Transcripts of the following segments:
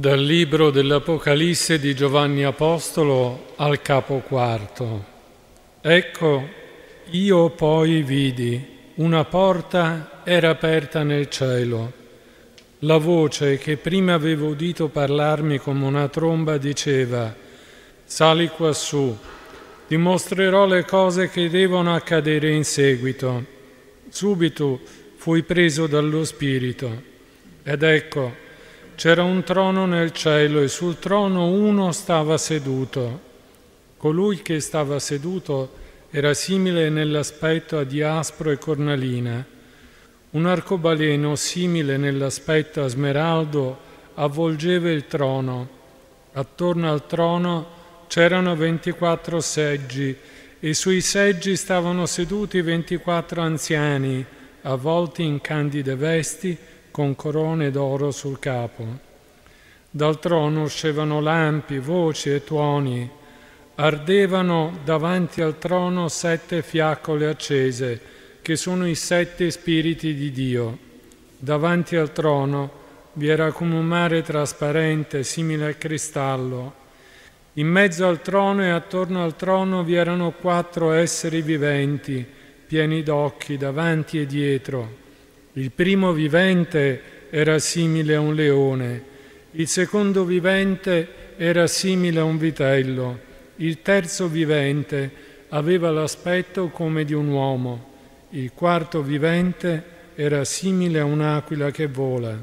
Dal libro dell'Apocalisse di Giovanni Apostolo al capo quarto. Ecco, io poi vidi, una porta era aperta nel cielo. La voce che prima avevo udito parlarmi come una tromba diceva: sali quassù, ti mostrerò le cose che devono accadere in seguito. Subito fui preso dallo Spirito, ed ecco, c'era un trono nel cielo e sul trono uno stava seduto. Colui che stava seduto era simile nell'aspetto a diaspro e cornalina. Un arcobaleno simile nell'aspetto a smeraldo avvolgeva il trono. Attorno al trono c'erano 24 seggi e sui seggi stavano seduti 24 anziani, avvolti in candide vesti, con corone d'oro sul capo. Dal trono uscivano lampi, voci e tuoni. Ardevano davanti al trono 7 fiaccole accese, che sono i 7 spiriti di Dio. Davanti al trono vi era come un mare trasparente, simile al cristallo. In mezzo al trono e attorno al trono vi erano 4 esseri viventi, pieni d'occhi davanti e dietro. Il primo vivente era simile a un leone, il secondo vivente era simile a un vitello, il terzo vivente aveva l'aspetto come di un uomo, il quarto vivente era simile a un'aquila che vola.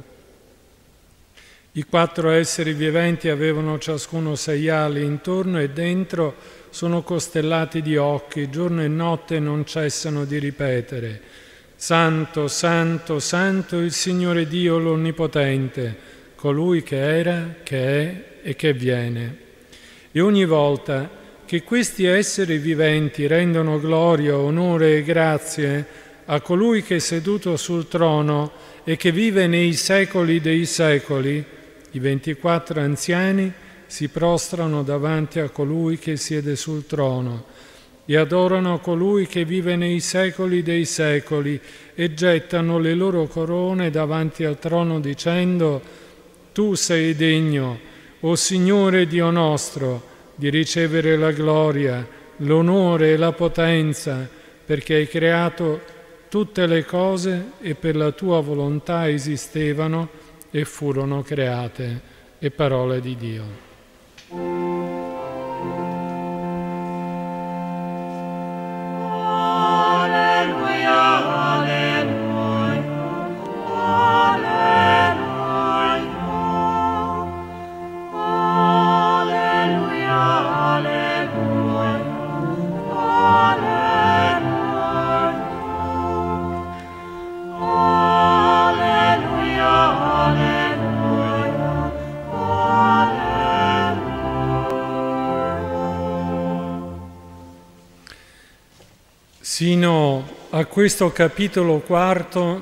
I 4 esseri viventi avevano ciascuno 6 ali intorno e dentro sono costellati di occhi, giorno e notte non cessano di ripetere: Santo, Santo, Santo il Signore Dio l'Onnipotente, colui che era, che è e che viene. E ogni volta che questi esseri viventi rendono gloria, onore e grazie a colui che è seduto sul trono e che vive nei secoli dei secoli, i 24 anziani si prostrano davanti a colui che siede sul trono e adorano colui che vive nei secoli dei secoli e gettano le loro corone davanti al trono dicendo: Tu sei degno, o Signore Dio nostro, di ricevere la gloria, l'onore e la potenza, perché hai creato tutte le cose e per la tua volontà esistevano e furono create. E parole di Dio. Sino a questo capitolo quarto,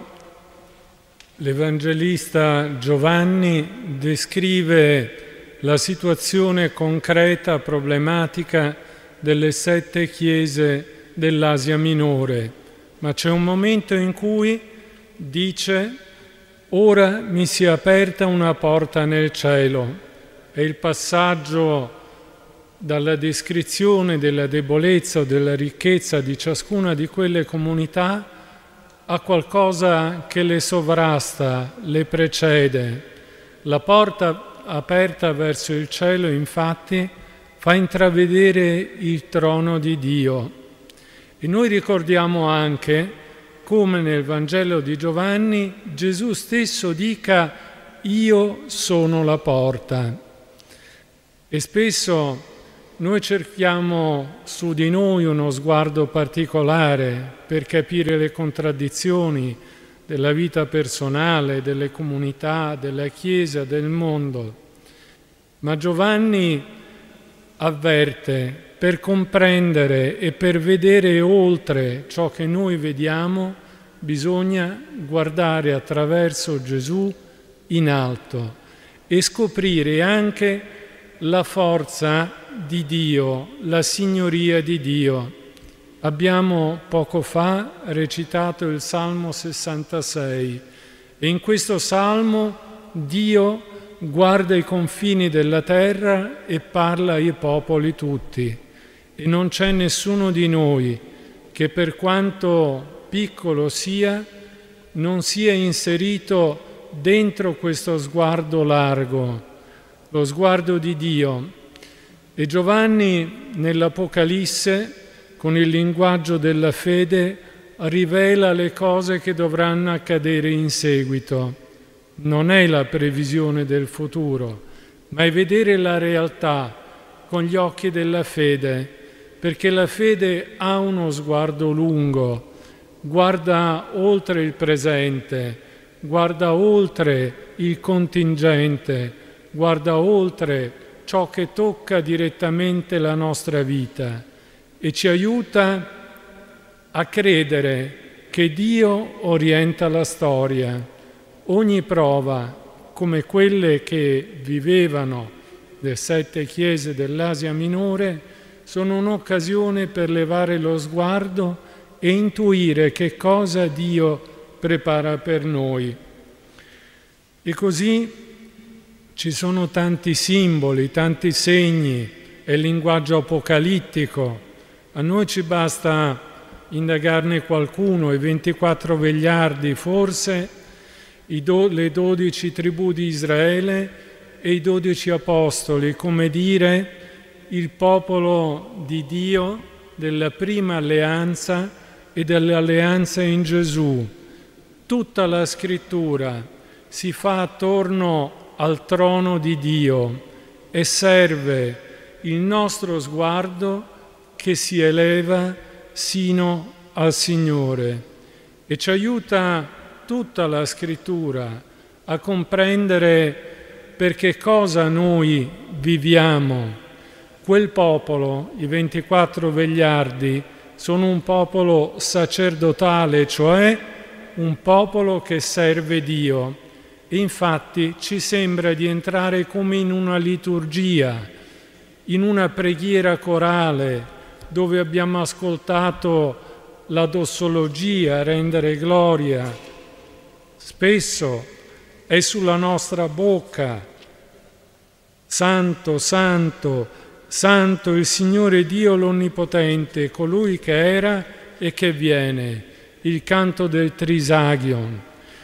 l'Evangelista Giovanni descrive la situazione concreta, problematica delle 7 chiese dell'Asia Minore, ma c'è un momento in cui dice: ora mi si è aperta una porta nel cielo. È il passaggio dalla descrizione della debolezza o della ricchezza di ciascuna di quelle comunità a qualcosa che le sovrasta, le precede. La porta aperta verso il cielo, infatti, fa intravedere il trono di Dio. E noi ricordiamo anche come nel Vangelo di Giovanni Gesù stesso dica: io sono la porta. E spesso noi cerchiamo su di noi uno sguardo particolare per capire le contraddizioni della vita personale, delle comunità, della Chiesa, del mondo. Ma Giovanni avverte: per comprendere e per vedere oltre ciò che noi vediamo, bisogna guardare attraverso Gesù in alto e scoprire anche la forza di Dio, la signoria di Dio. Abbiamo poco fa recitato il Salmo 66 e in questo Salmo Dio guarda i confini della terra e parla ai popoli tutti. E non c'è nessuno di noi che, per quanto piccolo sia, non sia inserito dentro questo sguardo largo, lo sguardo di Dio. E Giovanni nell'Apocalisse, con il linguaggio della fede, rivela le cose che dovranno accadere in seguito. Non è la previsione del futuro, ma è vedere la realtà con gli occhi della fede, perché la fede ha uno sguardo lungo, guarda oltre il presente, guarda oltre il contingente, guarda oltre ciò che tocca direttamente la nostra vita e ci aiuta a credere che Dio orienta la storia. Ogni prova, come quelle che vivevano le 7 chiese dell'Asia Minore, sono un'occasione per levare lo sguardo e intuire che cosa Dio prepara per noi. E così ci sono tanti simboli, tanti segni, è il linguaggio apocalittico. A noi ci basta indagarne qualcuno, i 24 vegliardi forse, le 12 tribù di Israele e i 12 apostoli, come dire il popolo di Dio della prima alleanza e dell'alleanza in Gesù. Tutta la scrittura si fa attorno al trono di Dio e serve il nostro sguardo che si eleva sino al Signore e ci aiuta tutta la scrittura a comprendere per che cosa noi viviamo. Quel popolo, i 24 vegliardi, sono un popolo sacerdotale, cioè un popolo che serve Dio. E infatti ci sembra di entrare come in una liturgia, in una preghiera corale, dove abbiamo ascoltato la dossologia, rendere gloria. Spesso è sulla nostra bocca: Santo, Santo, Santo il Signore Dio l'Onnipotente, colui che era e che viene, il canto del Trisagion.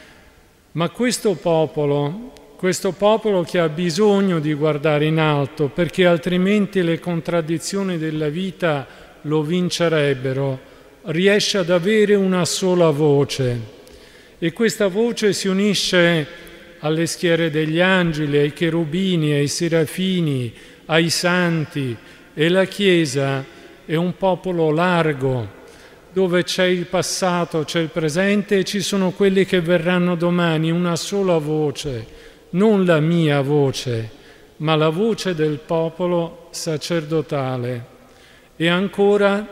Ma questo popolo che ha bisogno di guardare in alto, perché altrimenti le contraddizioni della vita lo vincerebbero, riesce ad avere una sola voce. E questa voce si unisce alle schiere degli angeli, ai cherubini, ai serafini, ai santi, e la Chiesa è un popolo largo, dove c'è il passato, c'è il presente e ci sono quelli che verranno domani, una sola voce, non la mia voce, ma la voce del popolo sacerdotale. E ancora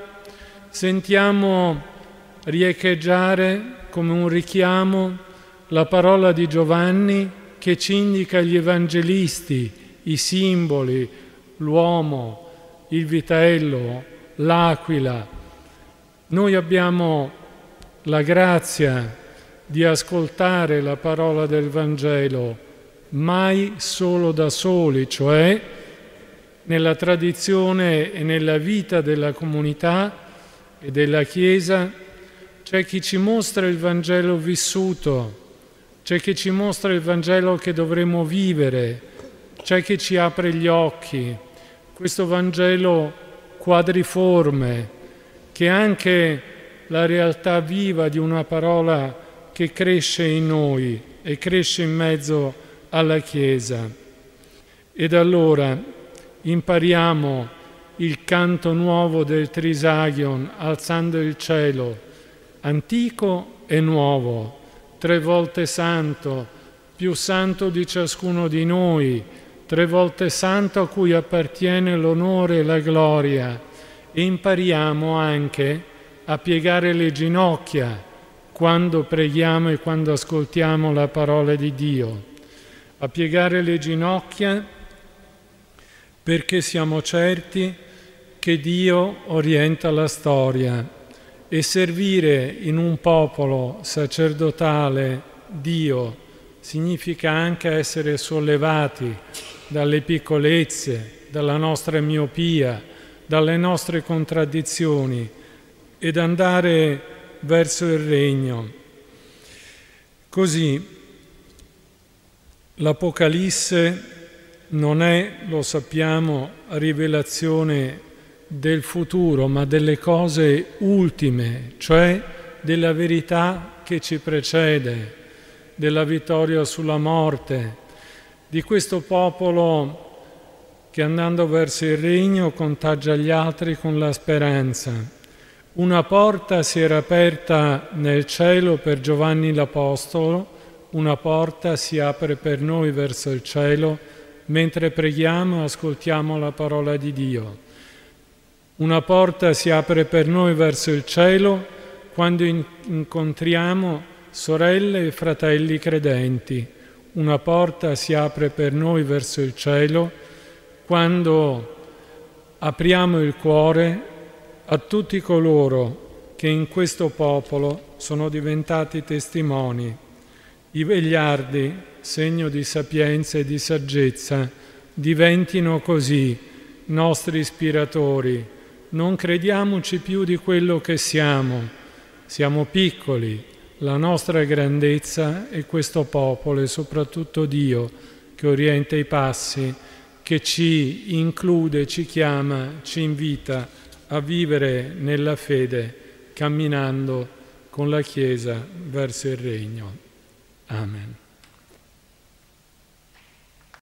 sentiamo riecheggiare come un richiamo la parola di Giovanni che ci indica gli evangelisti, i simboli, l'uomo, il vitello, l'aquila. Noi abbiamo la grazia di ascoltare la parola del Vangelo, mai solo da soli, cioè nella tradizione e nella vita della comunità e della Chiesa. C'è chi ci mostra il Vangelo vissuto, c'è chi ci mostra il Vangelo che dovremo vivere, c'è chi ci apre gli occhi. Questo Vangelo quadriforme, che è anche la realtà viva di una parola che cresce in noi e cresce in mezzo alla Chiesa. Ed allora impariamo il canto nuovo del Trisagion, alzando il cielo, antico e nuovo, 3 volte santo, più santo di ciascuno di noi, 3 volte santo a cui appartiene l'onore e la gloria. E impariamo anche a piegare le ginocchia quando preghiamo e quando ascoltiamo la parola di Dio, a piegare le ginocchia perché siamo certi che Dio orienta la storia. E servire in un popolo sacerdotale Dio significa anche essere sollevati dalle piccolezze, dalla nostra miopia, dalle nostre contraddizioni ed andare verso il regno. Così l'Apocalisse non è, lo sappiamo, rivelazione del futuro, ma delle cose ultime, cioè della verità che ci precede, della vittoria sulla morte, di questo popolo che andando verso il regno contagia gli altri con la speranza. Una porta si era aperta nel cielo per Giovanni l'Apostolo, una porta si apre per noi verso il cielo mentre preghiamo e ascoltiamo la parola di Dio. Una porta si apre per noi verso il cielo quando incontriamo sorelle e fratelli credenti. Una porta si apre per noi verso il cielo quando apriamo il cuore a tutti coloro che in questo popolo sono diventati testimoni. I vegliardi, segno di sapienza e di saggezza, diventino così nostri ispiratori. Non crediamoci più di quello che siamo. Siamo piccoli, la nostra grandezza è questo popolo e soprattutto Dio che orienta i passi, che ci include, ci chiama, ci invita a vivere nella fede, camminando con la Chiesa verso il regno. Amen.